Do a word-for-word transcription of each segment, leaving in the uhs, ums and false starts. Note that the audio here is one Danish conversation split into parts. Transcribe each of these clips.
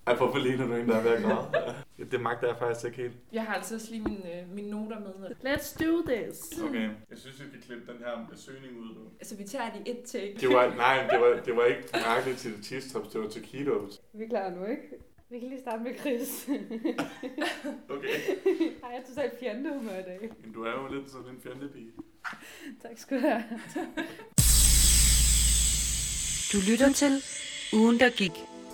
Ej, hvorfor ligner du en, der er ved at græde? Det magter jeg faktisk ikke helt. Jeg har altså også lige mine, mine noter med. Let's do this. Okay, jeg synes, vi skal klippe den her søgning ud nu. Altså, vi tager det et take. Det var, nej, det var, det var ikke mærkeligt til cheese tops, det var taquitos. Vi er klar nu, ikke? Vi kan lige starte med Chris. Okay. Ej, jeg er totalt fjendehumør i dag. Men du er jo lidt sådan en fjendepige. Tak skal du have. Du lytter til Ugen, der gik.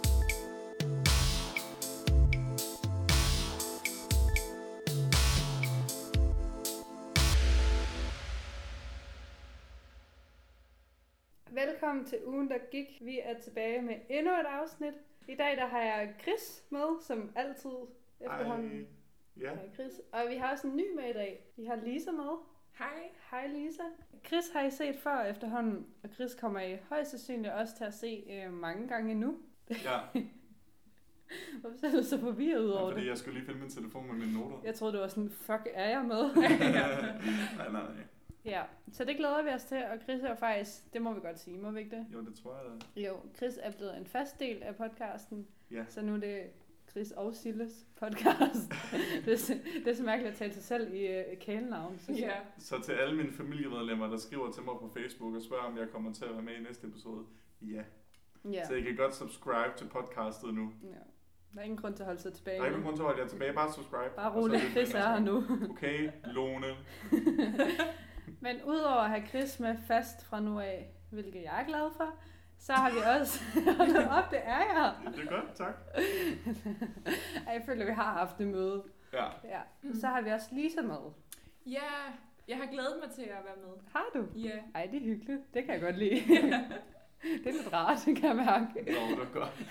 Velkommen til Ugen, der gik. Vi er tilbage med endnu et afsnit. I dag der har jeg Chris med, som altid efterhånden. Ej, ja. Hej Chris. Og vi har også en ny med i dag. Vi har Lisa med. Hej. Hej Lisa. Chris har I set før efterhånden, og Chris kommer I højst sandsynligt også til at se øh, mange gange endnu. Ja. Hvorfor ser du så forvirret ud Ja, over fordi det? jeg skulle lige finde min telefon med mine noter. Jeg troede, du var sådan, fuck, er jeg med? nej, nej, nej. Ja, så det glæder vi os til, og Chris er faktisk, det må vi godt sige, må vi ikke det? Jo, det tror jeg da. Jo, Chris er blevet en fast del af podcasten, Ja. så nu er det Chris og Silles podcast. det, er, så- det er så mærkeligt at tale sig selv i uh, kælenavn, synes Ja. jeg. Så til alle mine familiemedlemmer, der skriver til mig på Facebook og spørger, om jeg kommer til at være med i næste episode. Ja. Ja. Så I kan godt subscribe til podcastet nu. ja. Der er ingen grund til at holde sig tilbage. Der er ikke nogen grund til at holde jer tilbage, bare subscribe. Bare Og så rolig, lyt Chris med er her næste nu. gang. Okay, Lone. Men udover at have Chris med fast fra nu af, hvilket jeg er glad for, så har vi også... Hold op, det er jeg! Det er godt, tak. Ej, jeg føler, at vi har haft det møde. Ja. Ja. Så har vi også Lisa med. Ja, jeg har glædet mig til at være med. Har du? Ja. Ej, det er hyggeligt. Det kan jeg godt lide. Det er lidt rart, kan jeg mærke. Nå, det er godt.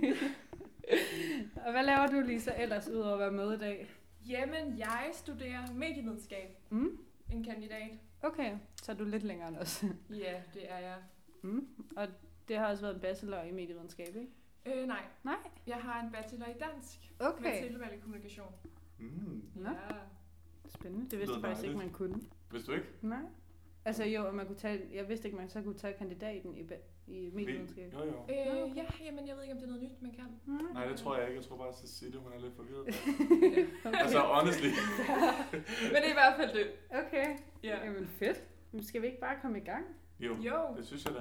Og hvad laver du, Lisa, ellers ud over at være med i dag? Jamen, jeg studerer medievidenskab. Mm? En kandidat. Okay, så er du lidt længere end os. Ja, det er jeg. Mm? Og det har også været en bachelor i medievidenskab, ikke? Øh, nej. Nej? Jeg har en bachelor i dansk. Okay. Med tilvalg i kommunikation. Mm. Nå. Ja. Spændende. Det vidste Lyder jeg faktisk ikke, dejligt. man kunne. Hvis du ikke? Nej. Altså jo, at man kunne tage, jeg vidste ikke, man så kunne tage kandidaten i, ba- i medievidenskab. Jo, jo. Øh, okay. ja, jamen jeg ved ikke, om det er noget nyt, man kan. Nej, det tror jeg ikke. Jeg tror bare, at Cecilie, hun er lidt forvirret. Okay. Altså, honestly. Men det er i hvert fald det. Okay. Ja. Jamen fedt. Men skal vi ikke bare komme i gang? Jo, Jo. det synes jeg da.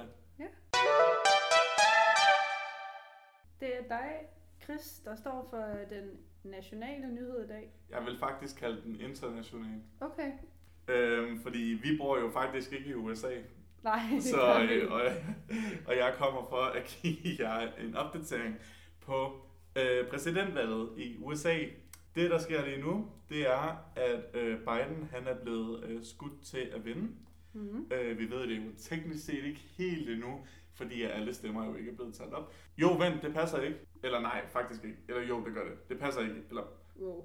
Det er dig, Chris, der står for den nationale nyhed i dag. Jeg vil faktisk kalde den international. Okay. Øhm, fordi vi bor jo faktisk ikke i U S A. Nej, det Så, gør vi øh, ikke. og, og jeg kommer for at give jer en opdatering på øh, præsidentvalget i U S A. Det, der sker lige nu, det er, at øh, Biden han er blevet øh, skudt til at vinde. Mm-hmm. Øh, vi ved det jo teknisk set ikke helt endnu, fordi alle stemmer jo ikke er blevet talt op. Jo, vent, det passer ikke. Eller nej, faktisk ikke. Eller jo, det gør det. Det passer ikke. Eller, Wow.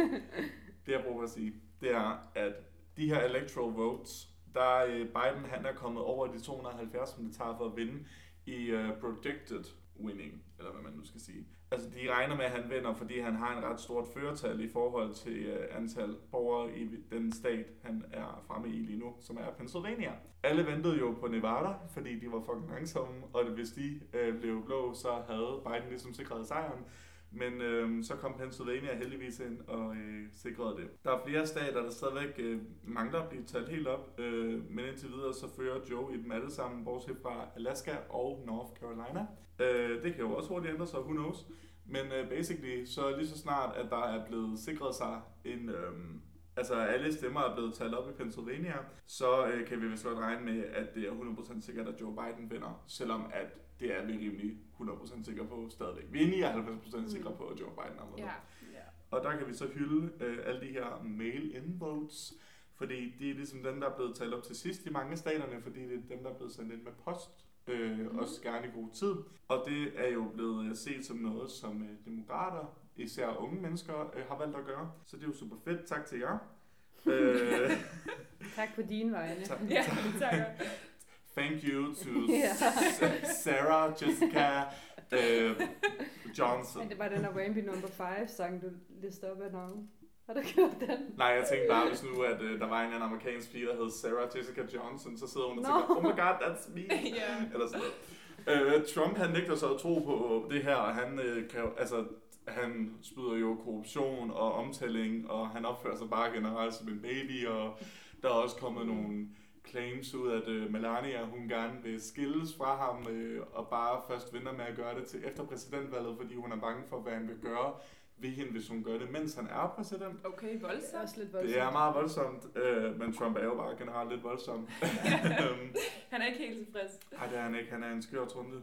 det jeg prøver at sige, det er, at de her electoral votes, der er Biden han er kommet over de to hundrede og halvfjerds, som det tager for at vinde i uh, projected winning, eller hvad man nu skal sige. Altså, de regner med, at han vinder, fordi han har en ret stort førertal i forhold til uh, antal borgere i den stat, han er fremme i lige nu, som er Pennsylvania. Alle ventede jo på Nevada, fordi de var fucking langsomme, og hvis de uh, blev blå, så havde Biden ligesom sikret sejren. Men øh, så kom Pennsylvania heldigvis ind og øh, sikrede det. Der er flere stater, der stadigvæk øh, mangler at blive talt helt op, øh, men indtil videre så fører Joe i dem alle sammen, bortset fra Alaska og North Carolina. Øh, det kan jo også hurtigt ændre sig, who knows. Men øh, basically, så lige så snart, at der er blevet sikret sig en... Øh, altså alle stemmer er blevet talt op i Pennsylvania, så øh, kan vi vist godt regne med, at det er hundrede procent sikkert, at Joe Biden vinder, selvom at det er vi rimelig hundrede procent sikre på stadigvæk. Vi er nioghalvfems procent sikre på, at Joe Biden har vundet. Ja. Ja. Og der kan vi så hylde øh, alle de her mail-in votes, fordi det er ligesom dem, der er blevet talt op til sidst i mange af staterne, fordi det er dem, der er blevet sendt ind med post, øh, mm. også gerne i god tid. Og det er jo blevet set som noget, som øh, demokrater, især unge mennesker, øh, har valgt at gøre. Så det er jo super fedt. Tak til jer. øh, Tak på dine vegne. tak, Ja, tak. Thank you to Ja. Sarah, Jessica, øh, Johnson. Men det var den af Rambi number fem sang, du listede op af navn. Har du gjort den? Nej, jeg tænkte bare, hvis nu at, øh, der var en anden amerikansk pige, der hed Sarah Jessica Johnson, så sidder hun og No. tænker, oh my god, that's me. Ja. Eller sådan noget. øh, Trump han nægter så at tro på det her, og han, øh, kan, altså, han spyder jo korruption og omtælling, og han opfører sig bare generelt som en baby, og der er også kommet nogle claims ud, at øh, Melania, hun gerne vil skilles fra ham, øh, og bare først venter med at gøre det til efter præsidentvalget, fordi hun er bange for, hvad han vil gøre ved hende, hvis hun gør det, mens han er præsident. Okay, Det er voldsomt. også lidt voldsomt. Det er meget voldsomt, øh, men Trump er jo bare generelt lidt voldsom. Han er ikke helt tilfreds. Nej, det er han ikke. Han er en skør trunde.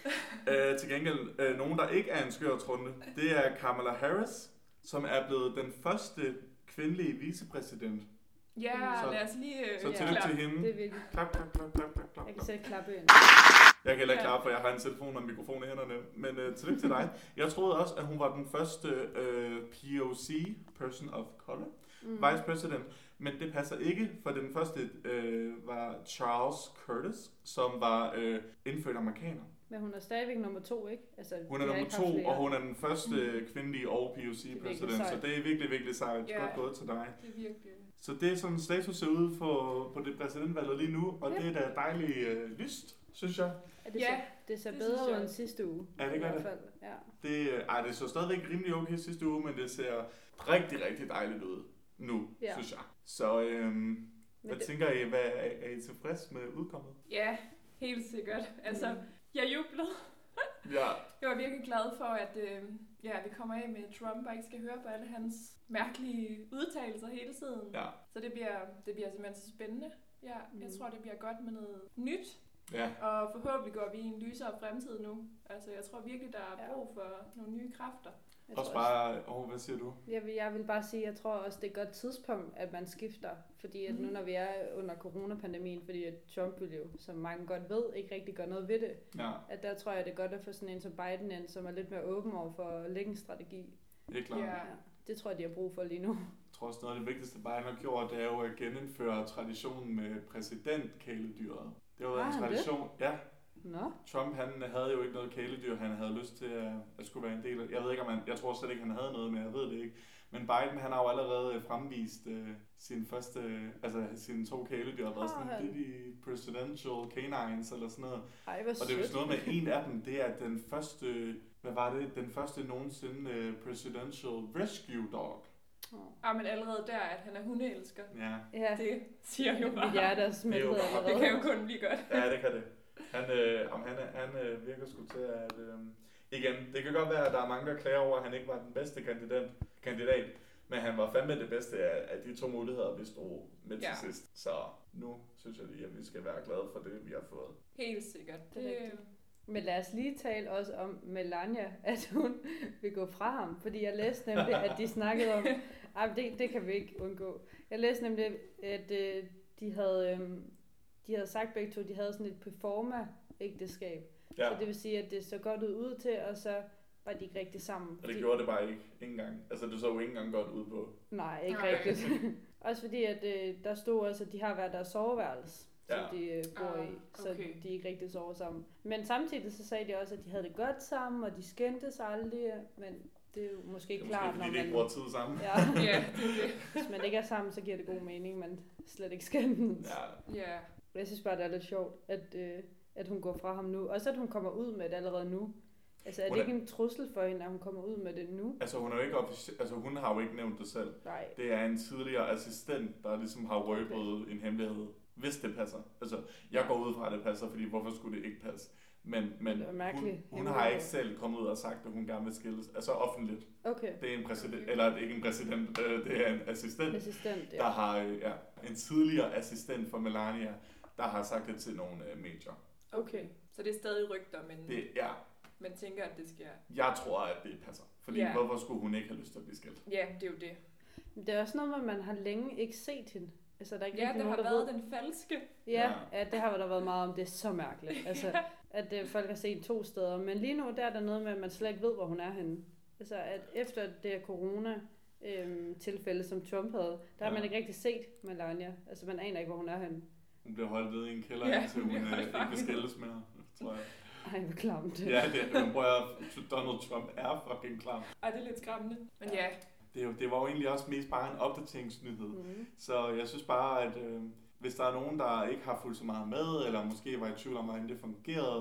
øh, til gengæld, øh, nogen, der ikke er en skør trunde, det er Kamala Harris, som er blevet den første kvindelige vicepræsident. Ja, Så- lad os lige... Øh, Så Ja. tillykke til Det hende. er virkelig. Klap, klap, klap, klap, klap, klap. Jeg kan selv klappe ind. Jeg kan heller ikke Ja. klare, for jeg har en telefon og en mikrofon i hænderne. Men øh, tillykke til dig. Jeg troede også, at hun var den første øh, P O C, Person of Color, Mm. vice president. Men det passer ikke, for den første øh, var Charles Curtis, som var øh, indfødt amerikaner. Men hun er stadigvæk nummer to, ikke? Altså, Hun er de har nummer ikke haft to, flere. og hun er den første kvindelige og P O C virkelig præsident, så sejt. det er virkelig, virkelig sejt. Ja. Godt gået til dig. Det er virkelig... Så det er sådan status ser ud på, på det præsidentvalget lige nu, og Ja. det er da dejligt øh, lyst, synes jeg. Ja, det, Ja, ser, det ser det bedre synes ud jeg. end sidste uge. Ja, det i gør hvert det. fald. Ja. Det, øh, ej, det så stadigvæk rimelig okay sidste uge, men det ser rigtig, rigtig dejligt ud nu, Ja. synes jeg. Så øhm, hvad det- tænker I, hvad, er, er I tilfreds med udkommet? Ja, helt sikkert. Altså, Mm. jeg jublede. Ja, Jeg var virkelig glad for, at øh, ja, vi kommer af med Trump og ikke skal høre på alle hans mærkelige udtalelser hele tiden. ja, Så det bliver, det bliver simpelthen så spændende. Ja, Mm. jeg tror, det bliver godt med noget nyt. ja. Og forhåbentlig går vi i en lysere fremtid nu. Altså, jeg tror virkelig, der er Ja. brug for nogle nye kræfter. Jeg Også tror bare, åh, hvad siger du? Jeg vil, jeg vil bare sige, at jeg tror også, det er et godt tidspunkt, at man skifter. Fordi at nu, Mhm. når vi er under coronapandemien, fordi at Trump vil jo, som mange godt ved, ikke rigtig gør noget ved det. Ja, At der tror jeg, det er godt at få sådan en som Biden ind, som er lidt mere åben over for at lægge en strategi. helt klart. Ja. Ja, det tror jeg, de har brug for lige nu. Jeg tror også noget af det vigtigste, Biden har gjort, det er jo at genindføre traditionen med præsidentkæledyret. Det har været Har en han det? tradition. Ja, Nå, Trump han havde jo ikke noget kæledyr, han havde lyst til at, at skulle være en del af. Jeg ved ikke, om han, jeg tror slet ikke, han havde noget, men jeg ved det ikke. Men Biden, han har jo allerede fremvist øh, sin første, øh, altså sine to kæledyr, og været Har sådan han? lidt i presidential canines eller sådan noget. ej, hvor Og det er vist sødt. noget med en af dem, det er den første, hvad var det, den første nogensinde øh, presidential rescue dog. Åh. Ja, men allerede der, at han er hundeelsker. Ja, Ja, Det siger jo mit bare. hjerte er smeltet Det er jo bare- Det allerede. kan jo kun blive godt. ja det kan det. Han, øh, om han, er- han øh, virker sgu til at... Øh, igen, det kan godt være, at der er mange, der klager over, at han ikke var den bedste kandidat, kandidat men han var fandme det bedste af, af de to muligheder, vi stod med til Ja. sidst. Så nu synes jeg lige, at vi skal være glade for det, vi har fået. Helt sikkert. Det er Det, rigtigt. Men lad os lige tale også om Melania, at hun vil gå fra ham. Fordi jeg læste nemlig, at de snakkede om... Ej, det, det kan vi ikke undgå. Jeg læste nemlig, at øh, de, havde, øh, de havde sagt begge to, at de havde sådan et performa-ægteskab. Ja, Så det vil sige, at det så godt ud til, og så var de ikke rigtig sammen. og det gjorde det bare ikke, ikke engang. Altså, det så jo ikke engang godt ud på. Nej, ikke Nej. rigtigt. Også fordi, at øh, der stod også, at de har været deres soveværelse, Ja. som de øh, bor Ah, i, så okay. de ikke rigtig sover sammen. Men samtidig så sagde de også, at de havde det godt sammen, og de skændtes aldrig, men det er jo måske Det er klart, måske, når fordi de ikke man... bruger tid sammen. Ja, ja, det er det. hvis man ikke er sammen, så giver det god mening, men slet ikke skændes. Ja, Ja. Jeg synes bare, det er lidt sjovt, at, øh, at hun går fra ham nu. Også at hun kommer ud med det allerede nu. Altså er det Hun er- ikke en trussel for hende, at hun kommer ud med det nu? altså hun, er jo ikke offici- altså hun har jo ikke nævnt det selv. Nej. Det er en tidligere assistent, der ligesom har røbet okay. en hemmelighed, hvis det passer. Altså, jeg går ud fra, at det passer, fordi hvorfor skulle det ikke passe? Men, men Det er mærkeligt. hun, hun har ikke selv kommet ud og sagt, at hun gerne vil skilles. Altså offentligt. Okay. Det er en præsident, Okay. eller ikke en præsident, øh, det er en assistent, Assistent, der ja. har, øh, ja, en tidligere assistent for Melania, der har sagt det til nogle øh, medier. Okay. Så det er stadig rygter, men Det, ja, man tænker, at det sker. jeg tror, at det passer. Fordi Ja. hvorfor skulle hun ikke have lyst til at blive skilt? Ja, det er jo det. Men det er også noget med, at man har længe ikke set hende. Altså, der er ikke Ja, rigtig der har nogen, der været ved. den falske. Ja, ja, det har der været meget om. Det er så mærkeligt. Altså, at øh, folk har set to steder. Men lige nu, der er der noget med, at man slet ikke ved, hvor hun er henne. Altså, at efter det her corona øhm, tilfælde, som Trump havde, der har Ja. man ikke rigtig set Melania. Altså, man aner ikke, hvor hun er henne. Hun bliver holdt nede i en kælder, Ja, indtil hun hun bliver øh, holdt ikke vil fanget. skilles mere, tror jeg. Ej, hvor klamt. Ja, det, men prøv at, Donald Trump er fucking klar. Ej, det er lidt skræmmende. Men ja, Det, er jo- det var jo egentlig også mest bare en opdateringsnyhed. Mm. Så jeg synes bare, at øh, hvis der er nogen, der ikke har fulgt så meget med, eller måske var i tvivl om, hvordan det fungerede,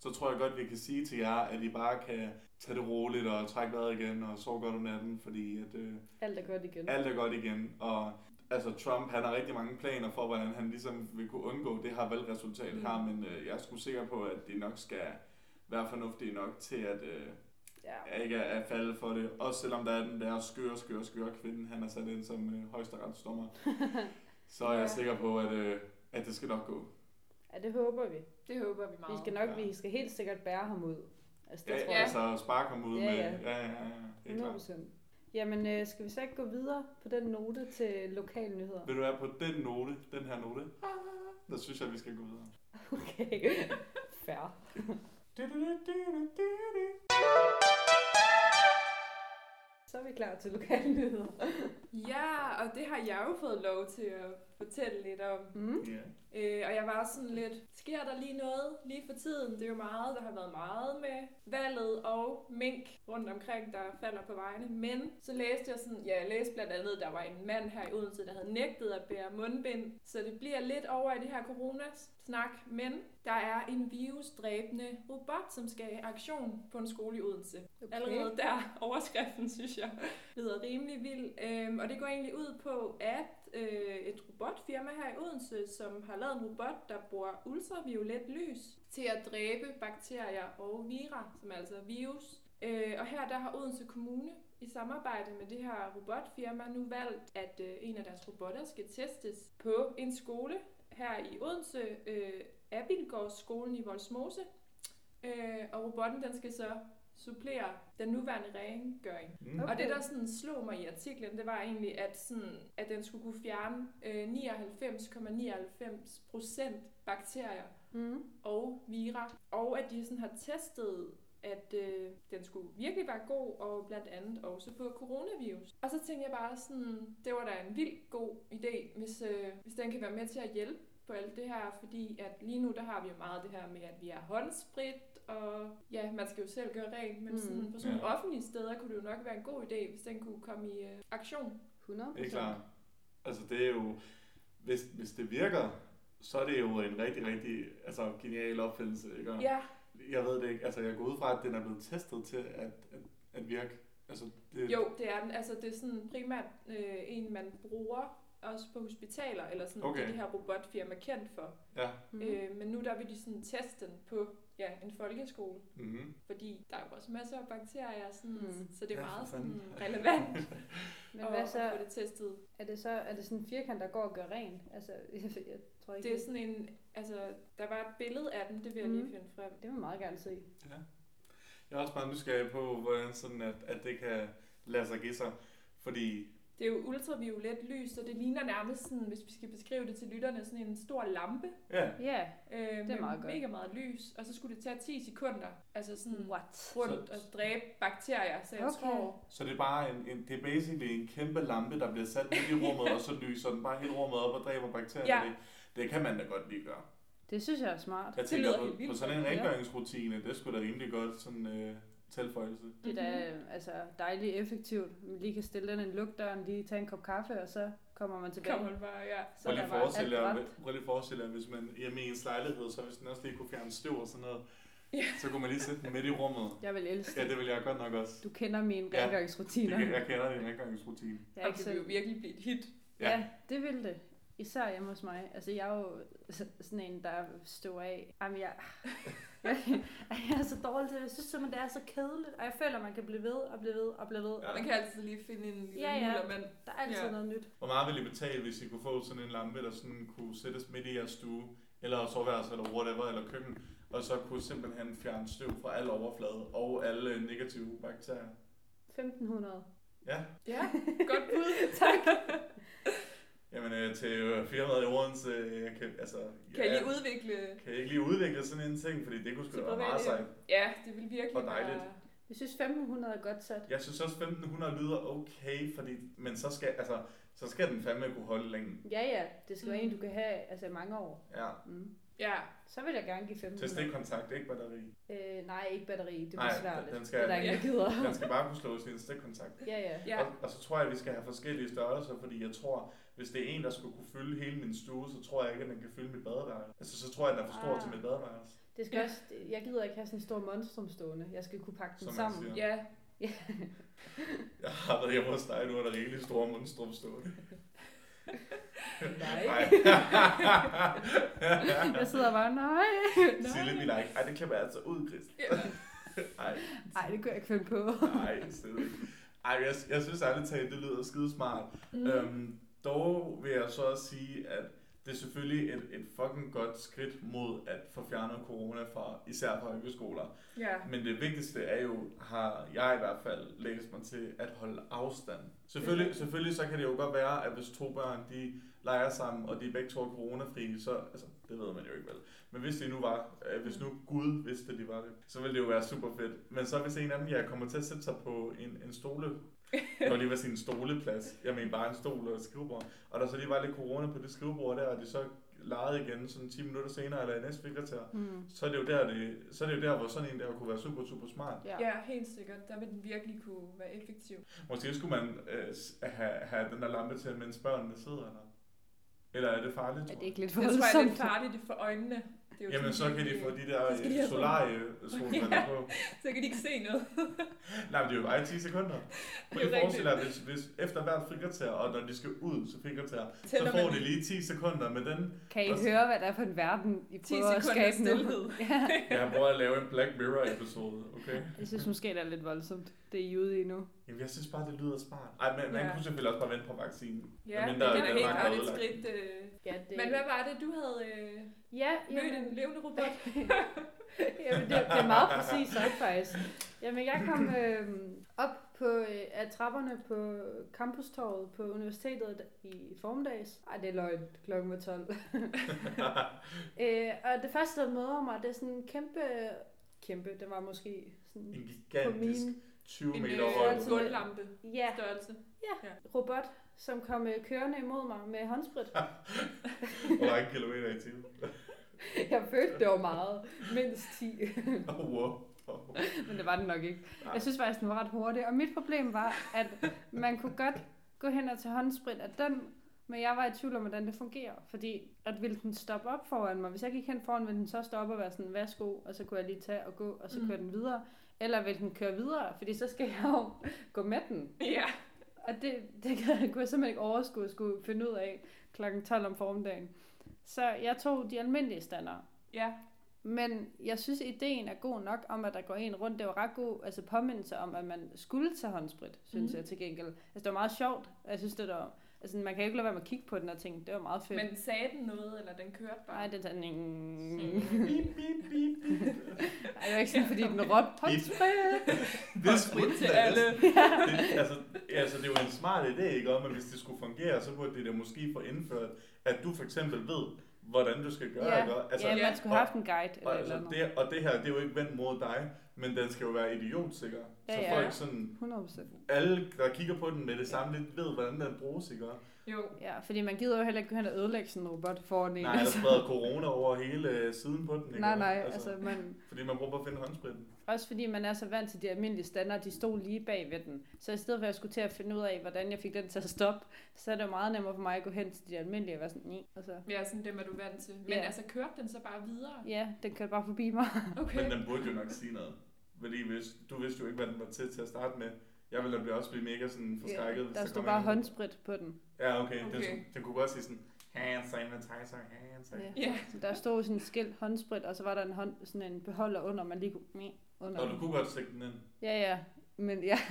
så tror jeg godt, vi kan sige til jer, at I bare kan tage det roligt og trække vejret igen og sove godt om natten, fordi at, øh, Alt er godt igen. alt er godt igen. Og altså Trump, han har rigtig mange planer for, hvordan han ligesom vil kunne undgå det her valgresultat Mm. her, men øh, jeg er sgu sikker på, at det nok skal være fornuftige nok til at øh, Ja. ikke at falde for det. Også selvom der er den der skøre, skøre, skøre kvinde, han er sat ind som øh, højesteretsdommer. Så er jeg Ja. sikker på, at, øh, at det skal nok gå. Ja, det håber vi. Det håber vi meget. Vi skal nok, Ja. vi skal helt sikkert bære ham ud. Altså, det Ja, tror ja. jeg. Altså sparke ham ud Ja, med... ja. Ja, ja, ja. Det er hundrede klart. procent. Jamen, øh, skal vi så ikke gå videre på den note til lokalnyheder? Vil du være på den note, den her note? Der synes jeg, at vi skal gå videre. Okay, fair. Så er vi klar til lokalnyheder. Ja, og det har jeg jo fået lov til at fortælle lidt om. Mm. Ja. Øh, og jeg var sådan lidt, sker der lige noget lige for tiden? Det er jo meget, der har været meget med valget og mink rundt omkring, der falder på vejene. Men så læste jeg sådan, ja, jeg læste blandt andet, der var en mand her i Odense, der havde nægtet at bære mundbind. Så det bliver lidt over i det her coronasnak. Men der er en virusdræbende robot, som skal i aktion på en skole i Odense. Okay. Allerede der, overskriften, synes jeg, lyder rimelig vild. Øhm, og det går egentlig ud på, at øh, et robotfirma her i Odense, som har lavet en robot, der bruger ultraviolet lys til at dræbe bakterier og vira, som er altså virus. Øh, og her der har Odense Kommune i samarbejde med det her robotfirma nu valgt, at øh, en af deres robotter skal testes på en skole her i Odense, øh, Abilgårdsskolen i Vollsmose. Øh, og robotten den skal så supplere den nuværende rengøring. Mm. Okay. Og det, der sådan slog mig i artiklen, det var egentlig, at, sådan, at den skulle kunne fjerne øh, nioghalvfems komma nioghalvfems procent bakterier Mm. og vira. Og at de sådan har testet, at øh, den skulle virkelig være god, og blandt andet også på coronavirus. Og så tænkte jeg bare sådan, det var da en vild god idé, hvis, øh, hvis den kan være med til at hjælpe på alt det her, fordi at lige nu, der har vi jo meget det her med, at vi har håndsprit, og ja, man skal jo selv gøre rent, men Mm. sådan, på sådan nogle Ja. offentlige steder kunne det jo nok være en god idé, hvis den kunne komme i øh, aktion. hundrede Det er procent. klart. Altså det er jo, hvis, hvis det virker, så er det jo en rigtig, rigtig altså, genial opfindelse, ikke? Og Ja, jeg ved det ikke, altså jeg går ud fra, at den er blevet testet til at, at, at virke. Altså, det, jo, det er den. Altså, det er sådan primært øh, en, man bruger også på hospitaler, eller sådan, Okay. det er det her robotfirma kendt for. Ja. Mm. Mm. Øh, men nu der vil de sådan teste den på ja, en folkeskole, Mm-hmm. fordi der er jo også masser af bakterier, sådan, Mm. mm. så det er Ja, for meget fanden. sådan, relevant Men at, hvad så, at få det testet. er det så er det sådan en firkant, der går og gør rent? Altså, jeg, jeg tror ikke, Det er sådan en, altså, der var et billede af den, det vil jeg lige Mm. finde frem. det vil jeg meget gerne se. Ja. Jeg er også meget nysgerrig på, hvordan sådan, at, at det kan lade sig give sig. Fordi, Det er jo ultraviolet lys, så det ligner nærmest sådan, hvis vi skal beskrive det til lytterne, sådan en stor lampe ja, Ja, øh, med meget godt. mega meget lys, og så skulle det tage ti sekunder, altså sådan what? rundt Så- og dræbe bakterier, så jeg Okay. tror, så det er bare en, en, det er basically en kæmpe lampe, der bliver sat midt i rummet, og så lyser den bare hele rummet op og dræber bakterier. Ja. Det, det kan man da godt lige gøre. Det synes jeg er smart. Jeg Det tænker lyder på, helt vildt på sådan en godt, ja. rengøringsrutine, det skulle da rimelig godt sådan øh, tilføjelse. Det er da altså, dejligt effektivt. Man lige kan stille den en lugtdøren, lige tage en kop kaffe, og så kommer man tilbage. kommer man bare, ja. Så Prøv lige der at var forestille alt jer, dræbt. prøv lige at forestille jer, hvis man hjemme i ens lejlighed, så hvis den også lige kunne fjerne støv og sådan noget, Ja. så kunne man lige sætte den midt i rummet. Jeg vil elske Ja, det. det vil jeg godt nok også. Du kender mine Ja, rengøringsrutiner. Det, jeg kender din rengøringsrutine. Jeg er Og ikke det vil jo selv... virkelig blive et hit. Ja. Ja, det vil det. Især hjemme hos mig. Altså, jeg er jo s- sådan en, der står af. Jamen, jeg, jeg, jeg er så dårlig til det. Jeg synes simpelthen, det er så kedeligt. Og jeg føler, man kan blive ved og blive ved og blive ved. Ja. Man kan altid lige finde en lille Ja, ja. men Der er altid Ja. noget nyt. Hvor meget ville I betale, hvis I kunne få sådan en lampe, der sådan kunne sættes midt i jeres stue, eller soveværelse, eller whatever, eller køkken, og så kunne simpelthen fjerne støv fra al overflade og alle negative bakterier? femten hundrede. Ja, ja, godt bud. Tak. jamen øh, til øh, firmaet i Odense, øh, jeg kan, altså, Kan I lige udvikle? kan I ikke lige udvikle sådan en ting, fordi det kunne sgu Til da være meget private sejt. hjem? Ja, det vil virkelig Hvor dejligt. være... Jeg synes femten hundrede er godt sat. Jeg synes også femten hundrede lyder okay, fordi, men så skal, altså, så skal den fandme kunne holde længe. Ja, ja. Det skal være Mm. en, du kan have altså, i mange år. Ja. Mm. Ja, Så vil jeg gerne give femten Til hundrede. stikkontakt, ikke batteri. Øh, nej, ikke batteri. Det Nej, er besværligt. den skal- Det er der ikke, der gider. Den skal bare kunne slås i en stikkontakt. Ja, ja. ja. Og, og så tror jeg, at vi skal have forskellige størrelser, fordi jeg tror, hvis det er en, der skulle kunne fylde hele min stue, så tror jeg ikke, at den kan fylde mit badeværelse. Altså, så tror jeg, at den er for stor Ah. til mit badeværelse. Det Det skal ja. også, jeg gider ikke have sådan en stor monstrum stående. Jeg skal kunne pakke den Som sammen. siger. Ja. Jeg har været hjemme hos dig, nu er der rigtig store monstrum stående. Nej. Nej. Jeg sidder bare, nej. Sille, vi like. Ej, det klipper jeg altså ud, Chris. Ej. Ej, det kan jeg ikke finde på. Nej, slet ikke. Ej, jeg, jeg synes ærligt talt, det lyder skidesmart. Mm. Øhm, dog vil jeg så også sige, at det er selvfølgelig et, et fucking godt skridt mod at få fjernet corona fra især folkeskoler. Ja. Men det vigtigste er jo, har jeg i hvert fald læst mig til, at holde afstand. Selvfølgelig, mm. selvfølgelig så kan det jo godt være, at hvis to børn de leger sammen, og de begge to er coronafri, så, altså, det ved man jo ikke vel. Men hvis det nu var, øh, hvis nu Gud vidste, at de var det, så ville det jo være super fedt. Men så hvis en af dem, jeg kommer til at sætte sig på en, en stole, når lige var sin stoleplads, jeg mener bare en stol og et skrivebord, og der så lige var lidt corona på det skrivebord der, og de så legede igen sådan ti minutter senere, eller i næste frikvarter, mm. så er det jo der, det, så er det jo der, hvor sådan en der kunne være super, super smart. Ja, ja helt sikkert. Der vil den virkelig kunne være effektiv. Måske skulle man øh, have, have den der lampe til, mens børnene sidder der. Eller er det farligt, tror Er det ikke lidt jeg? voldsomt? Jeg tror, det er farligt for øjnene. Det er jo Jamen, så kan de få de der de solarie-solbriller ja, på. Så kan de ikke se noget. Nej, men det er jo bare i ti sekunder. Prøv lige forestille dig, hvis, hvis efter hvert frikvarter, og når de skal ud til frikvarter, så får de lige ti sekunder med den. Kan I og høre, hvad der er for en verden, I prøver at skabe nu? Ja. Jeg prøver at lave en Black Mirror-episode, okay? Jeg synes måske, det er lidt voldsomt. Det er I ude i nu. Jamen, jeg synes bare, det lyder smart. Ej, men man ja. kunne selvfølgelig også bare vente på vaccinen. Ja, men der, der, det er der helt er klart et skridt. Øh... Ja, det... Men hvad var det, du havde øh... ja, mødt en levende robot? Jamen, det, det er meget præcis sagt, faktisk. Jamen, jeg kom øh, op på øh, af trapperne på campustorvet på universitetet i formiddags. Ej, det er løgn. Klokken var tolv. øh, og det første, der møder mig, det er sådan en kæmpe... Kæmpe, det var måske sådan... En gigantisk min, tyve en, meter øh, høj. En gulvlampe ja. størrelse. Ja, ja, robot, som kom øh, kørende imod mig med håndsprit. Hvor mange kilometer i timen? Jeg følte, det var meget. Mindst ti. Oh, wow. Oh. Men det var den nok ikke. Jeg synes faktisk, den var ret hurtig. Og mit problem var, at man kunne godt gå hen og tage håndsprit af den, men jeg var i tvivl om, hvordan det fungerer. Fordi at ville den stoppe op foran mig, hvis jeg gik hen foran, ville den så stoppe og være sådan, værsgo, og så kunne jeg lige tage og gå, og så mm. køre den videre. Eller ville den køre videre, fordi så skal jeg jo gå med den. Ja. Og det, det kunne jeg simpelthen ikke overskue at skulle finde ud af klokken tolv om formiddagen. Så jeg tog de almindelige standarder. Ja. Men jeg synes, ideen er god nok om, at der går en rundt. Det var ret god altså påmindelse om, at man skulle tage håndsprit, synes mm. jeg til gengæld. Altså det var meget sjovt. Jeg synes, det var... Altså man kan ikke lade være med at kigge på den og tænke, det var meget fedt. Men sagde den noget, eller den kørte bare? Nej, den sådan... Bip, bip, bip, bip. Ej, det var ikke sådan, fordi den råbte håndsprit. Håndsprit til alle. Det, altså, altså, det er jo en smart idé, ikke? Men hvis det skulle fungere, så burde det da måske få indført, at du for eksempel ved, hvordan du skal gøre, ja. ikke? Altså, ja, man skulle have haft en guide eller og, et altså, eller andet. det, og det her, det er jo ikke vendt mod dig, men den skal jo være idiotsikker. Ja, så ja. folk sådan, hundrede procent. alle, der kigger på den med det samme, lidt ved, hvordan den bruges, ikke? Jo. Ja, fordi man gider jo heller ikke gå hen og ødelægge sådan en robot foran en. Nej, der spreder corona over hele siden på den, ikke? Nej, nej, altså, altså man... Fordi man prøver at finde håndspritten. Også fordi man er så vant til de almindelige standarder, de stod lige bag ved den. Så i stedet for at jeg skulle til at finde ud af, hvordan jeg fik den til at stoppe, så er det jo meget nemmere for mig at gå hen til de almindelige og være sådan, nej. Altså. Ja, sådan dem er du vant til. Men ja. altså, kørte den så bare videre? Ja, den kørte bare forbi mig. Okay. Men den burde jo nok sige noget. Fordi hvis, du vidste jo ikke, hvad den var til til at starte med. Jeg ville da blive også blive mega sådan forskrækket. Ja, der stod bare håndsprit på den. Ja, okay. okay. Den, den kunne godt sige sådan, hand sanitizer, hand sanitizer. Ja. Så der stod sådan et skilt håndsprit, og så var der en, hånd, sådan en beholder under, man lige kunne med under. Og du kunne godt stikke den ind. Ja, ja. Men ja.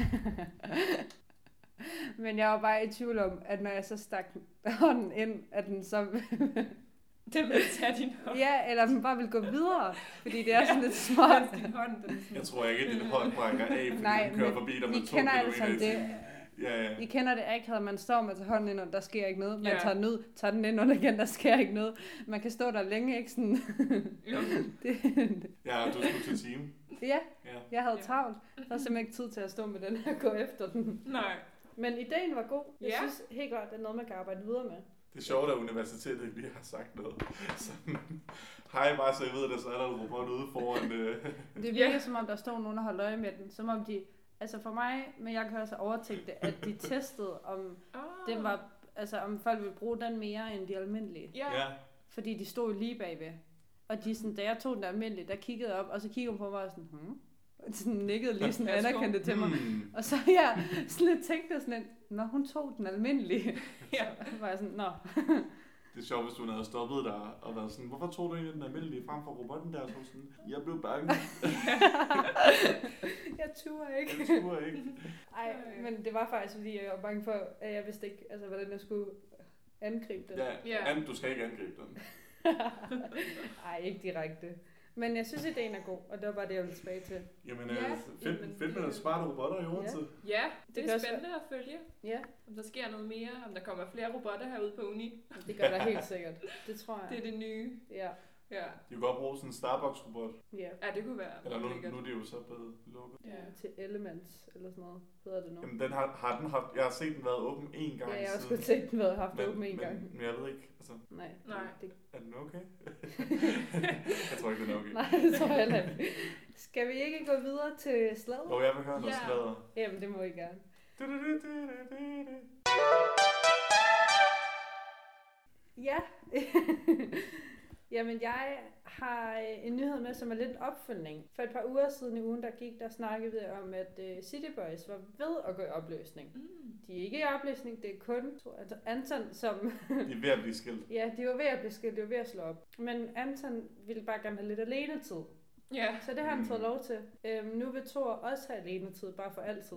Men jeg var bare i tvivl om, at når jeg så stak hånden ind, at den så... Den vil tage din hånd. Ja, eller den bare vil gå videre, fordi det er sådan lidt smart. Din hånd, den jeg tror ikke, at din hånd brækker af, fordi nej, den kører forbi dig med I to kender kilometer altså i det. timen. Ja, ja. I kender det ikke, at man står med at tage hånden ind, og der sker ikke noget. Man ja. tager den ud, tager den ind under igen, der sker ikke noget. Man kan stå der længe, ikke sådan... det... Ja, du skulle til time. Ja, ja, jeg havde travlt. Der var simpelthen ikke tid til at stå med den og gå efter den. Nej. Men ideen var god. Jeg ja. synes helt klart, det er noget, man kan arbejde videre med. Det er sjovt, at universitetet ikke lige har sagt noget. Sådan, hej, bare så jeg ved, at der så er der en robot ude foran... Øh. Det virker ja. som om, der stod nogen og holdt øje med den. Som om de... Altså for mig, men jeg kan også overtænke det, at de testede, om oh. det var... Altså om folk ville bruge den mere end de almindelige. Ja. ja. Fordi de stod lige bagved. Og de sådan, da jeg tog den almindelige, der kiggede jeg op, og så kiggede hun på mig og sådan, hmm? Og sådan nikkede lige sådan anerkendte til mig. Mm. Og så jeg sådan lidt tænkte sådan lidt, nå, hun tog den almindelige. Ja. Så var jeg sådan, nå. Det er sjovt, hvis hun havde stoppet der og været sådan, hvorfor tog du egentlig den almindelige frem for robotten der? Så sådan, jeg blev bange. Jeg turde ikke. Jeg turde ikke. Ej, men det var faktisk, fordi jeg var bange for, at jeg vidste ikke, altså, hvordan jeg skulle angribe den. Ja, Ja. An, du skal ikke angribe den. Ej, ikke direkte. Men jeg synes, ideen er god, og det var bare det, jeg ville tilbage til. Jamen, Ja, ja, fedt, jamen, fedt med det- smarte robotter i Odense. Ja, det, Det det gør er så- spændende at følge, Ja, om der sker noget mere, om der kommer flere robotter herude på uni. det gør der helt sikkert. Det tror jeg. Det er det nye. Ja, Ja, De kunne godt bruge sådan en Starbucks-robot. ja. ja det kunne være Eller nu, lækkert. nu er de jo så blevet lukket. Ja. Ja. Til Elements, eller sådan noget, hedder det nu. Jamen, den har, har den haft, jeg har set den været åben én gang Ja, jeg har også siden. godt set den været haft men, åben en men, gang. Men jeg ved ikke, altså, Nej, Nej. Det, er den okay? Jeg tror ikke, den er okay. nej, det tror jeg heller ikke. Skal vi ikke gå videre til slaget? Og jeg vil høre noget Ja. sladder. Jamen, det må I gerne. Du-du-du-du-du-du. Ja. Jamen, jeg har øh, en nyhed med, som er lidt opfølgning. For et par uger siden i ugen, der gik, der snakkede vi om, at uh, City Boys var ved at gå i opløsning. Mm. De er ikke i opløsning, det er kun altså Anton, som... De er ved at blive skilt. ja, de var ved at blive skilt, de var ved at slå op. Men Anton ville bare gerne have lidt alenetid. Ja. Så det har han Mm. fået lov til. Øhm, nu vil Thor også have alenetid, bare for altid.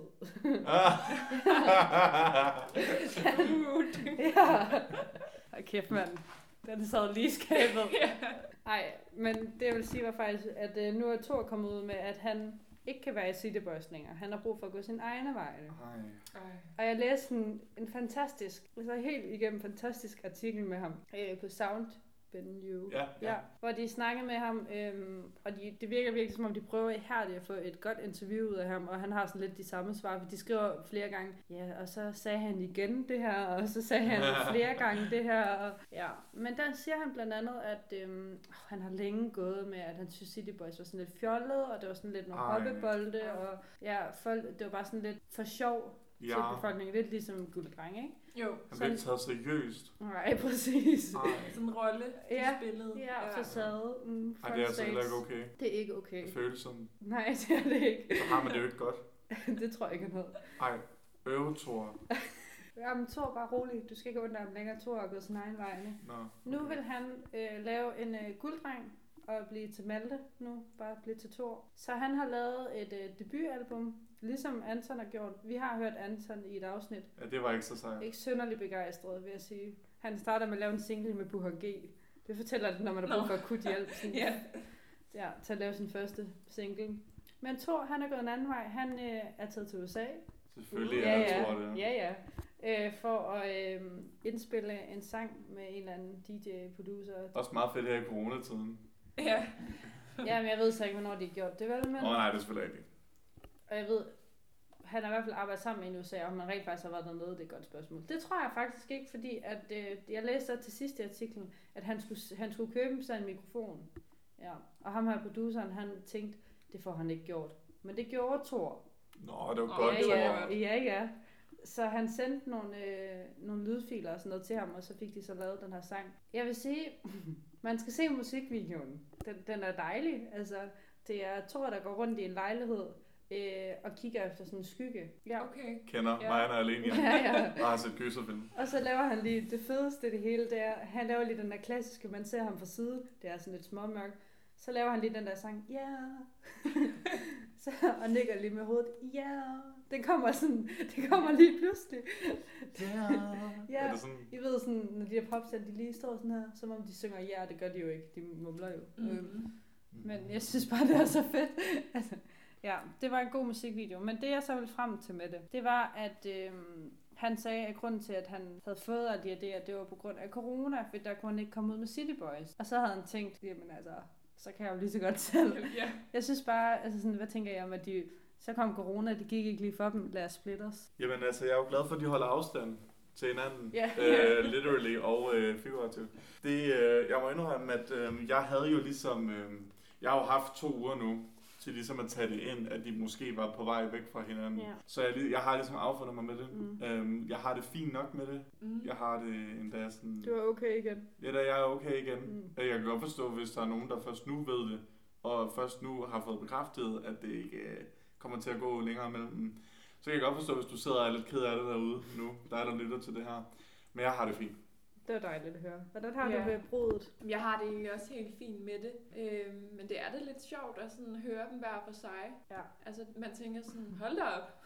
ja. Hold kæft, mand. Den sad lige i skabet. Ja. Ej, men det jeg vil sige var faktisk, at øh, nu er Thor kommet ud med, at han ikke kan være i City Boys længere. Han har brug for at gå sin egne veje. Ej. Ej. Og jeg læste en, en fantastisk, altså helt igennem fantastisk artikel med ham øh, på Sound Venue. Ja, Ja, ja. hvor de snakker med ham, øhm, og de, det virker virkelig som om, de prøver ihærdigt at få et godt interview ud af ham, og han har sådan lidt de samme svar, for de skriver flere gange, ja, og så sagde han igen det her, og så sagde han flere gange det her, og, ja. Men der siger han blandt andet, at øhm, han har længe gået med, at han synes City Boys var sådan lidt fjollet, og det var sådan lidt nogle Ej. hoppebolde, og ja, folk, det var bare sådan lidt for sjov til Ja. befolkningen, lidt ligesom Gulddreng, ikke? Jo, Han bliver ikke taget seriøst. Nej, præcis. Ej. sådan en rolle, de Ja. spillede. Ja, facade. Mm, Ej, det er altså front heller ikke stage. okay. Det er ikke okay. Det føles sådan. Nej, det er det ikke. Så har man det jo ikke godt. Det tror jeg ikke er noget. Ej, øvetor. Jamen, Thor, bare rolig. Du skal ikke undre ham længere. Thor er gået sin egen vej. Nå. Nu vil han øh, lave en øh, gulddreng og blive til Malte nu. Bare blive til Thor. Så han har lavet et øh, debutalbum, ligesom Anton har gjort. Vi har hørt Anton i et afsnit. Ja, det var ikke så sejt. Ikke synderligt begejstret, vil jeg sige. Han starter med at lave en single med Buha G. Det fortæller det, når man har brug for akut hjælp. Sådan, Ja. ja, til at lave sin første single. Men Thor, han er gået en anden vej. Han øh, er taget til U S A. Selvfølgelig ja, er ja, jeg tror det. ja, ja. Øh, for at øh, indspille en sang med en eller anden D J-producer. Også meget fedt her i coronatiden. Ja. Ja, men jeg ved så ikke, hvornår de har gjort det, vel? Men, Åh oh, nej, det er selvfølgelig ikke. og jeg ved, han har i hvert fald arbejdet sammen med en U S A, og om man rent faktisk har været dernede, det er et godt spørgsmål. Det tror jeg faktisk ikke, fordi at, øh, jeg læste så til sidst i artiklen, at han skulle, han skulle købe sig en mikrofon. Ja. Og ham her produceren, han tænkte, det får han ikke gjort. Men det gjorde Thor. Nå, det var Åh, godt, ja, Thor. ja, ja, ja. Så han sendte nogle, øh, nogle lydfiler og sådan noget til ham, og så fik de så lavet den her sang. Jeg vil sige, man skal se musikvideoen. Den, den er dejlig. Altså, det er Thor, der går rundt i en lejlighed øh, og kigger efter sådan en skygge. Ja. Okay. Kender Ja. mig, han er alene hjemme. Ja, ja. Og har set gyserfilm. Og så laver han lige det fedeste af det hele, det er, han laver lige den der klassiske, man ser ham fra side, det er sådan lidt småmørkt. Så laver han lige den der sang, ja, yeah. Så, og nikker lige med hovedet, ja, yeah. Den kommer sådan, det kommer lige pludselig. Ja. Ja, Er det sådan? I ved sådan, når de her popstjerner, de lige står sådan her, som om de synger, ja, det gør de jo ikke, de mumler jo. Mm. Øhm, men jeg synes bare, det er så fedt. Altså, ja, det var en god musikvideo, men det jeg så ville frem til med det, det var, at øhm, han sagde, at grunden til, at han havde fået af de idéer, det var på grund af corona, for der kunne han ikke komme ud med City Boys. Og så havde han tænkt, jamen altså, så kan jeg jo lige så godt selv. Ja. Jeg synes bare, altså sådan, hvad tænker jeg om, at de, så kom corona, det gik ikke lige for dem, lad os splitte os. Jamen altså, jeg er jo glad for, at de holder afstand til hinanden. Ja. Øh, literally og øh, figurativt. Det, øh, jeg må indrømme, at øh, jeg havde jo ligesom... Øh, jeg har jo haft to uger nu til ligesom at tage det ind, at de måske var på vej væk fra hinanden. Ja. Så jeg, jeg har ligesom affundet mig med det. Mm. Øhm, jeg har det fint nok med det. Mm. Jeg har det endda sådan... Du er okay igen. Ja, da jeg er okay igen. Mm. Jeg kan godt forstå, hvis der er nogen, der først nu ved det, og først nu har fået bekræftet, at det ikke øh, kommer til at gå længere mellem dem. Så kan jeg godt forstå, hvis du sidder og er lidt ked af det derude nu, der er der lytter til det her. Men jeg har det fint. Det var dejligt at høre. Hvordan har Ja. du med brudet? Jeg har det egentlig også helt fint med det, øhm, men det er det lidt sjovt at sådan høre dem hver for sig. Ja. Altså man tænker sådan, hold da op.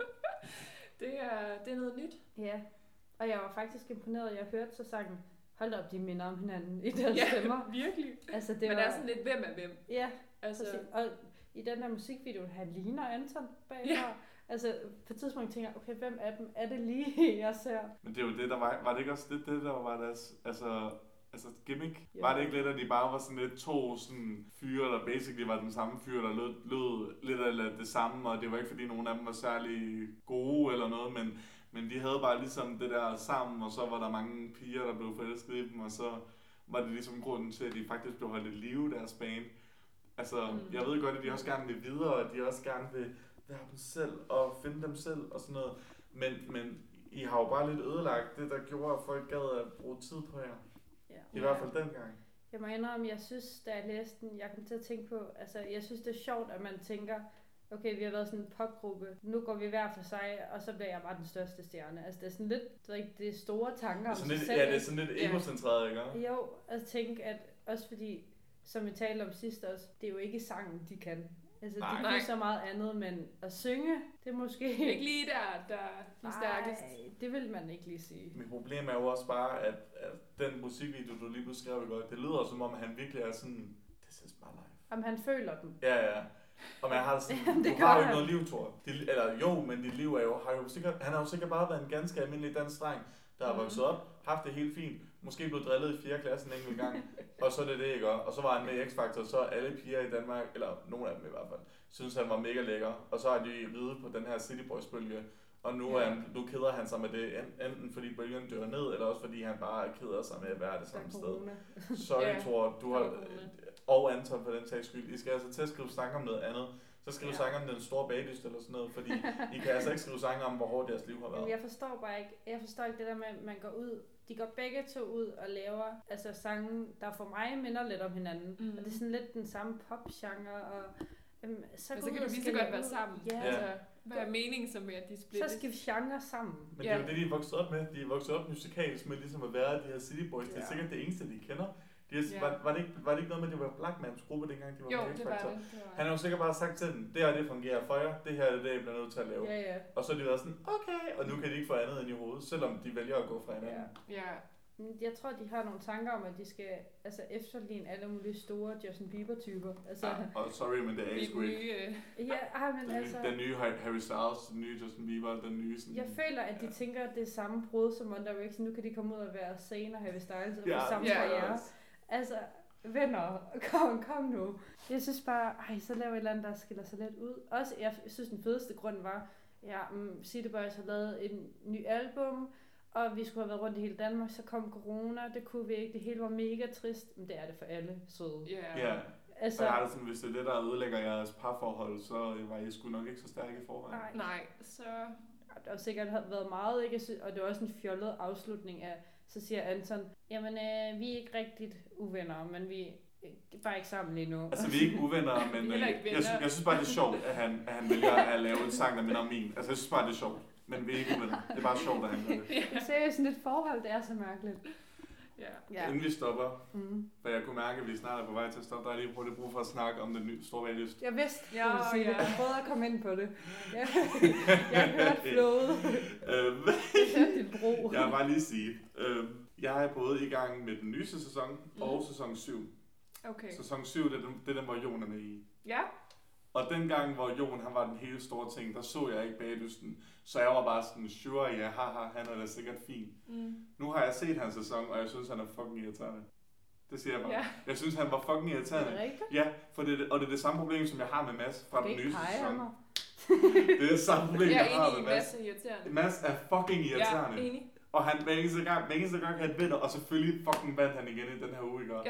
det, er, det er noget nyt. Ja, og jeg var faktisk imponeret. Jeg hørte så sangen, hold op, de minder om hinanden i deres Ja, stemmer. virkelig. Altså, det Men var... det er sådan lidt, hvem er hvem. Ja, Altså, præcis. Og i den der musikvideo, han ligner Anton bagfra. Ja. Altså, på et tidspunkt tænker jeg, okay, hvem af dem er det lige, jeg ser? Men det er jo det, der var... Var det ikke også det, det der var deres... Altså, altså gimmick? Ja. Var det ikke lidt, at de bare var sådan lidt to sådan fyre, der basically var den samme fyr, der lød, lød lidt af det samme, og det var ikke fordi nogen af dem var særlig gode eller noget, men, men de havde bare ligesom det der sammen, og så var der mange piger, der blev forelsket i dem, og så var det ligesom grunden til, at de faktisk blev holdt i live, deres band. Altså, Mm. jeg ved godt, at de også gerne vil videre, og de også gerne vil være dem selv, og finde dem selv, og sådan noget. Men, men I har jo bare lidt ødelagt det, der gjorde, at folk gad at bruge tid på jer. Ja. I hvert fald dengang. Jeg må indrømme, jeg synes, da jeg læste den, jeg kom til at tænke på, altså, jeg synes, det er sjovt, at man tænker, okay, vi har været sådan en popgruppe, nu går vi hver for sig, og så bliver jeg bare den største stjerne. Altså, det er sådan lidt, det er, ikke, det er store tanker om Sådan sig lidt, selv. ja, det er sådan lidt Ja. egocentreret, ikke? Jo, altså tænke, at også fordi, som vi talte om sidst også, det er jo ikke sangen, de kan. Altså, Nej. de Nej. kan så meget andet, men at synge, det er måske... ikke lige der, der er de stærkest. Nej, det vil man ikke lige sige. Mit problem er jo også bare, at, at den musikvideo, du lige beskrev, ikke? Det lyder som om, at han virkelig er sådan, this is my life. Om han føler den. Ja, ja. Og man har det sådan, Jamen, det du har jo gør ikke han. noget liv, Thor. Dit, eller jo, men dit liv er jo, har jo sikkert, han har jo sikkert bare været en ganske almindelig dansk dreng, der har Mhm. vokset op, haft det helt fint, måske blevet drillet i fjerde klasse en enkelt gang, og så er det det, ikke? Og så var han med i X-Factor, så alle piger i Danmark, eller nogle af dem i hvert fald, synes han var mega lækker, og så har de ridet på den her City Boys bølge, og nu, er han, nu keder han sig med det, enten fordi bølgen dør ned, eller også fordi han bare keder sig med at være det Der samme er sted. corona. Sorry, Ja, Thor, du der har, var corona. og Anton for den sags skyld, I skal altså til at skrive sange om noget andet. Så skriv Ja. sange om den store bagdyst eller sådan noget, fordi I kan altså ikke skrive sange om, hvor hårdt deres liv har Jamen, været. jeg forstår bare ikke, jeg forstår ikke det der med, at man går ud, de går begge to ud og laver altså sange, der for mig minder lidt om hinanden. Mm. Og det er sådan lidt den samme popgenre, og øhm, så, Men gå så ud kan og du lige så skille godt være ud. sammen. Ja, Altså, hvad er meningen så med, at de så splittes? skift genre sammen. Men det er jo Ja. det, de er vokset op med. De er vokset op musikalsk med ligesom at være de her City Boys. Det er Ja. sikkert det eneste, de kender. De har, Ja. var, var, det ikke, var det ikke noget med, at det var Blackmans gruppe, dengang de var Jo, med i det var X-Factor? det. det var. Han har jo sikkert bare sagt til dem, det her det fungerer for jer, det her er det, jeg bliver nødt til at lave. Ja, ja. Og så har de været sådan, okay, og nu kan de ikke få andet end i hovedet, selvom de vælger at gå fra hinanden. ja. Ja. Men Jeg tror, de har nogle tanker om, at de skal altså, efterligne alle mulige store Justin Bieber-typer. Altså, Ja, og sorry, men det er Vi sgu ikke. nye, øh, ja, ej, men Den, altså... nye, den nye Harry Styles, den nye Justin Bieber, den nye sådan... Jeg føler, at de Ja. tænker, at det er samme brud som One Direction. Nu kan de komme ud og være Zayn og Harry Styles og Ja, få samme ja, karriere. Altså, venner, kom, kom nu. Jeg synes bare, ej, så laver et eller andet, der skiller sig lidt ud. Også, jeg synes, den fedeste grund var, ja, um, City Boys har lavet en ny album, og vi skulle have været rundt i hele Danmark, så kom corona, det kunne vi ikke, det hele var mega trist, men det er det for alle søde. ja. Ja, Altså, og jeg har det sådan, hvis det er det, der ødelægger jeres parforhold, så var I sgu nok ikke så stærke i forvejen. nej, Nej, så... der har sikkert været meget, ikke? Jeg synes- og det var også en fjollet afslutning af, så siger Anton, jamen øh, vi er ikke rigtigt uvenner, men vi er bare ikke sammen lige nu. Altså, vi er ikke uvenner, men Vi er øh, heller jeg, ikke jeg, venner. synes, jeg synes bare, det er sjovt, at han, at han vælger at lave en sang, der minder om min. Altså, jeg synes bare, det er sjovt. Men vi er ikke uvenner. Det er bare sjovt, at han gør det. Ja. Seriøst, sådan et forhold, det er så mærkeligt. Ja. Ja. Inden vi stopper, Mm. for jeg kunne mærke, at vi snart er på vej til at stoppe, der er lige hurtigt brug for at snakke om den nye store valglyst. Jeg vidste, Ja, du ville sige ja. det. Jeg prøvede at komme ind på det. Jeg, jeg hørte flowet. Øhm, Jeg hørte dit bro. jeg vil bare lige sige, øhm, jeg er både i gang med den nyeste sæson og sæson syv. Okay. Sæson syv, det er den, det er den, hvor Jon er med i. Ja. Og den gang, hvor Jon han var den hele store ting, der så jeg ikke baglysten. Så jeg var bare sådan, sure, ja, haha, han er da sikkert fin. Mm. Nu har jeg set hans sæson, og jeg synes, han er fucking irriterende. Det siger jeg bare. Ja. Jeg synes, han var fucking Er irriterende. det rigtigt? Ja, for det, og det er det samme problem, som jeg har med Mads fra Du den kan nye ikke pege af sæson. mig. Det er det samme problem, Jeg jeg, er har enig i med Mads. masse irriterende. Mads er fucking irriterende. Ja, enig. Og han hver eneste gang, hver eneste gang han vinder, og selvfølgelig fucking vandt han igen i den her uge, ikke? Ja.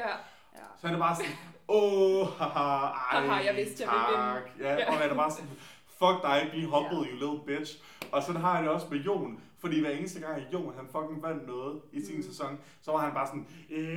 Ja. Så er det bare sådan, åh, haha, ej, Haha, jeg vidste, jeg ville tak. Ja, og er det bare sådan, fuck dig, be humble, you little bitch. Og sådan har jeg det også med Jon, fordi hver eneste gang, at Jon han fucking vandt noget i sin mm. sæson, så var han bare sådan,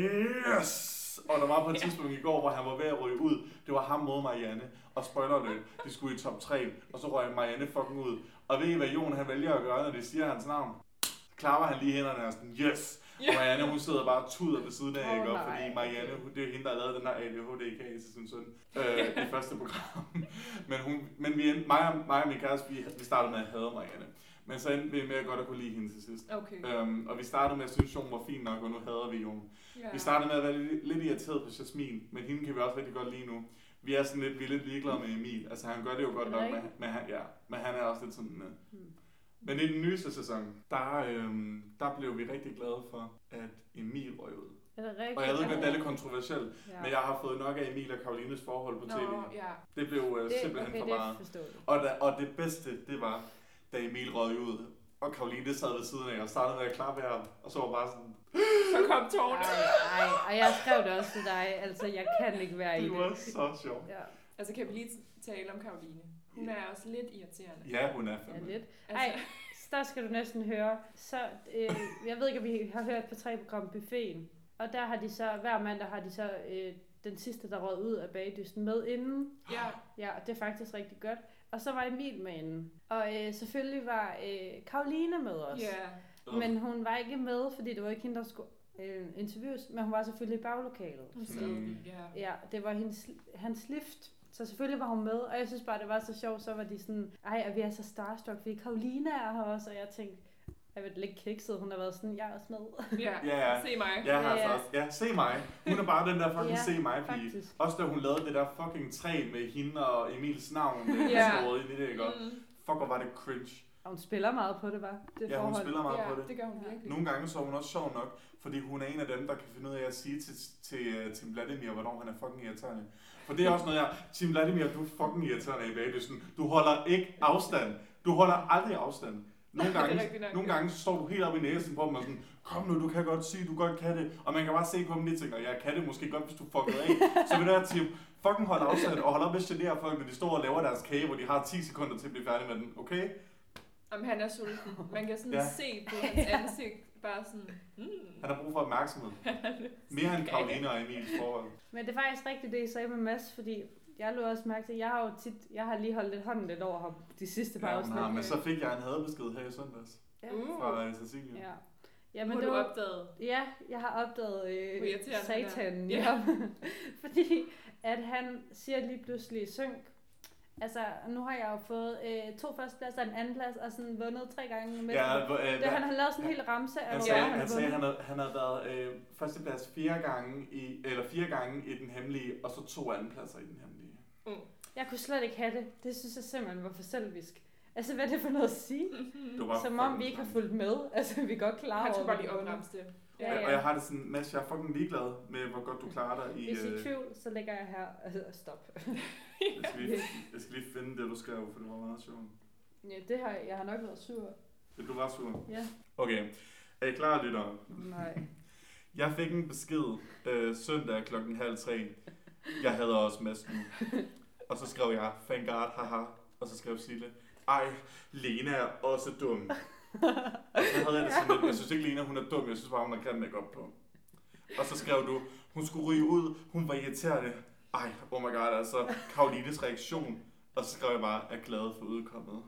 yes! Og der var på et tidspunkt i går, hvor han var ved at ryge ud. Det var ham mod Marianne. Og spoiler alert, de skulle i top tre, og så røg Marianne fucking ud. Og ved I, hvad Jon han vælger at gøre, når de siger hans navn? Klapper han lige hænderne og sådan, yes! Yeah. Og Marianne, hun sidder bare og tuder ved siden af, ikke? Oh, Fordi Marianne, det er hende, der har lavet den der A D H D-kage til sin søn. Øh, i første program. men hun, men vi endte, mig, og, mig og min kæreste, vi, vi startede med at hade Marianne. Men så endte vi med at godt at kunne lide hende til sidst. Okay. Øhm, og vi startede med at synes, Jon var fin nok, og nu hader vi Jon. Yeah. Vi startede med at være lidt, lidt irriteret på Jasmin, men hende kan vi også rigtig godt lide nu. Vi er sådan lidt, vi er lidt ligeglade med Emil. Altså han gør det jo godt nok, men, men, han, ja, men han er også lidt sådan... Uh. Hmm. Men i den nyeste sæson, der, øhm, der blev vi rigtig glade for, at Emil røg ud. Er det rigtigt? Og jeg ved godt, det er lidt kontroversielt, ja. men jeg har fået nok af Emil og Karolines forhold på T V. Nå, ja. Det blev uh, det, simpelthen okay, for meget. Det og, da, og det bedste, det var, da Emil røg ud, og Karoline sad ved siden af og startede med at klappe af ham, og så var bare sådan... Så kom tårnet. Ej, ej, og jeg skrev det også til dig, altså jeg kan ikke være i det. Det var så sjovt. Ja. Altså kan vi lige tale om Karoline? Hun er også lidt irriterende. Ja, hun er fandme. Ja, lidt. Ej, der skal du næsten høre. Så, øh, jeg ved ikke, om vi har hørt på tre program Buffeten. Og der har de så, hver mandag har de så øh, den sidste, der rød ud af bagdysten med inden. Ja. Ja, det er faktisk rigtig godt. Og så var Emil med inden. Og øh, selvfølgelig var øh, Karoline med os. Ja. Men hun var ikke med, fordi det var ikke hende, der skulle øh, interviews. Men hun var selvfølgelig i baglokalet. Mm. Ja. Ja, det var hendes, hans lift. Så selvfølgelig var hun med, og jeg synes bare, det var så sjovt. Så var de sådan, ej, og vi er så starstruck, fordi Karoline er her også. Og jeg tænkte, jeg ved lidt kikset, hun har været sådan, jeg er også med. Ja, ja, se mig. Ja, ja, ja. Også, ja, se mig. Hun er bare den der fucking ja, se mig-pige. Også da hun lavede det der fucking træ med hende og Emils navn, ja. skåret ind i det, ikke? Mm. Fuck, hvor var det cringe. Og hun spiller meget på det, var det Ja, forhold. hun spiller meget ja, på det. det gør hun virkelig. Nogle gange så er hun også sjov nok, fordi hun er en af dem, der kan finde ud af at sige til, til Tim Vladimir, hvornår han er fucking irriterende. For det er også noget, jeg... Tim Vladimir, du er fucking irriterende i bagdysten. Du holder ikke afstand. Du holder aldrig afstand. Nogle gange, nogle gange så står du helt op i næsen på dem og sådan, kom nu, du kan godt sige, du godt kan det. Og man kan bare se på dem, de tænker, jeg kan det måske godt, hvis du fucker af. Så vil det være, Tim, fucking hold afstand og hold op med at genere folk, når de står og laver deres kage, hvor de har ti sekunder til at blive færdige med den, okay? Jamen, han er sulten. Man kan sådan ja. se på hans ansigt, bare sådan... Mm. Han har brug for opmærksomhed. Mere end Karoline og Emils forhold. Men det er faktisk rigtigt, det I sagde med Mads, fordi jeg lå også mærke til, jeg har jo tit, jeg har lige holdt lidt hånden lidt over ham de sidste par afsnit. Ja, men så fik jeg en hadbesked her i søndags. Ja. Uh. Fra uh, Cecilia. Ja. Ja, men har det du var, opdaget? Ja, jeg har opdaget øh, satanen i ja. ham. Fordi at han siger lige pludselig synk. Altså, nu har jeg jo fået øh, to førstepladser og en anden plads, og sådan vundet tre gange med ja, det. Øh, det, han har lavet sådan en hel ramse af, han hvor sagde, han, han, han sagde, han havde, han havde været øh, førsteplads fire gange i, eller fire gange i den hemmelige, og så to andenpladser i den hemmelige. Mm. Jeg kunne slet ikke have det. Det synes jeg simpelthen var for selvisk. Altså, hvad er det for noget at sige? Mm-hmm. Som om vi ikke har fulgt med. Altså, vi er godt klar over. Han skulle bare lige opremse det. Ja, ja. Og jeg har det sådan, Mads, jeg er fucking ligeglad med, hvor godt du klarer dig i... Hvis I er i tvivl, så lægger jeg her. Altså, stop. jeg, skal lige, jeg skal lige finde det, du skrev, for det var meget sjovt. Ja, det har jeg har nok været sur. Du var sur? Ja. Okay. Er I klar, lytter? Nej. Jeg fik en besked øh, søndag klokken halv tre. Jeg havde også Mads nu. Og så skrev jeg, thank God, haha. Og så skrev Sille, ej, Lena er også dum. Og så havde jeg det sådan lidt, jeg synes ikke Lena hun er dum, jeg synes bare hun har grimt make op på. Og så skrev du, hun skulle ryge ud, hun var irriterende. Ej, oh my god, altså, Karolines reaktion. Og så skrev jeg bare, er glad for udkommet.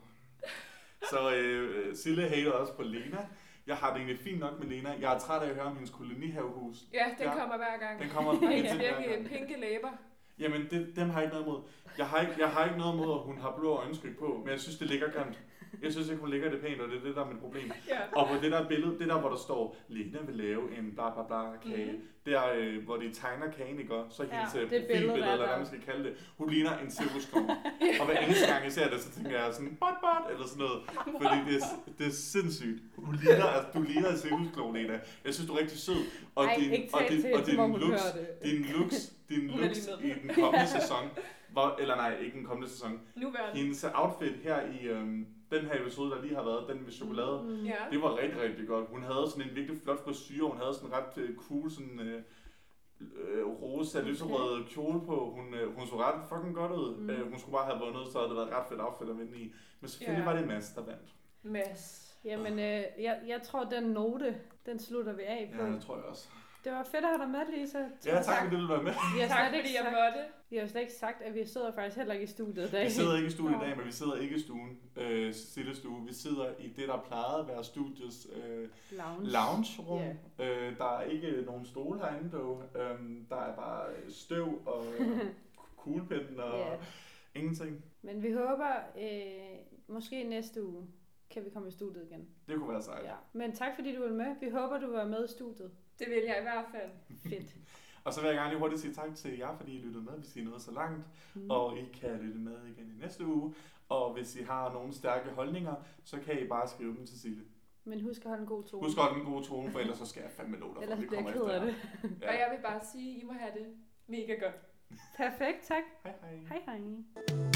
Så øh, Sille hater også på Lena. Jeg har det egentlig fint nok med Lena. Jeg er træt af at høre om hendes kolonihavehus. Ja, den ja. kommer hver gang. Den kommer helt til hver gang. Virkelig pinke læber. Jamen, det, dem har jeg ikke noget imod. Jeg har ikke, jeg har ikke noget imod, at hun har blå øjenskæg på, men jeg synes, det ligger grimt. Jeg synes ikke, hun ligger det pænt, og det er det, der er mit problem. Ja. Og på det der billede, det der, hvor der står, Lena vil lave en bla bla bla kage, mm-hmm. det er, øh, hvor de tegner kagen, ikke? Så hendes ja, profilbillede, eller hvad man skal kalde det, hun ligner en cirkusklon. ja. Og hver eneste gang jeg ser det, så tænker jeg sådan, bot bot, eller sådan noget. Fordi det er, det er sindssygt. Hun ligner, altså, du ligner en cirkusklon, Lena. Jeg synes, du er rigtig sød. Og Ej, din, ikke og din, til, og din, til, looks, din looks, din looks i den kommende sæson, hvor, eller nej, ikke den kommende sæson. Hendes outfit her i øhm, den her episode, der lige har været, den med chokolade, mm. ja. det var rigtig, rigtig godt. Hun havde sådan en virkelig flot frisyre, hun havde sådan en ret uh, cool, sådan, uh, øh, rosa, Okay. lyserød kjole på. Hun, øh, hun så ret fucking godt ud. Mm. Øh, hun skulle bare have vundet, så havde det været et ret fedt outfit at vinde i. Men selvfølgelig Ja. var det Mads, der vandt. Mads. Jamen, øh, jeg, jeg tror, den note, den slutter vi af på. Ja, det tror jeg også. Det var fedt at have dig med, Lisa. Ja, tak fordi du ville være med. Vi har, Tak slet fordi ikke jeg sagt, måtte. vi har slet ikke sagt, at vi sidder faktisk heller ikke i studiet i dag. Vi sidder ikke i studiet i Nå. dag, men vi sidder ikke i stuen, øh, Ceciles stue. Vi sidder i det, der plejede at være studiets øh, Lounge. lounge-rum. Ja. Øh, der er ikke nogen stole herinde, dog. Øhm, der er bare støv og kuglepinden og Ja. ingenting. Men vi håber, øh, måske næste uge kan vi komme i studiet igen. Det kunne være sejt. Ja. Men tak fordi du var med. Vi håber, du var med i studiet. Det vil jeg i hvert fald. Fedt. Og så vil jeg gerne lige hurtigt sige tak til jer, fordi I lyttede med, hvis I nåede så langt. Mm. Og I kan lytte med igen i næste uge. Og hvis I har nogle stærke holdninger, så kan I bare skrive dem til Cecilie. Men husk at holde en god tone. Husk at holde en god tone, for ellers så skal jeg fandme love dig, for Ellers det bliver jeg kommer ked af efter det. jer. Og jeg vil bare sige, I må have det mega godt. Perfekt, tak. Hej hej. Hej hej.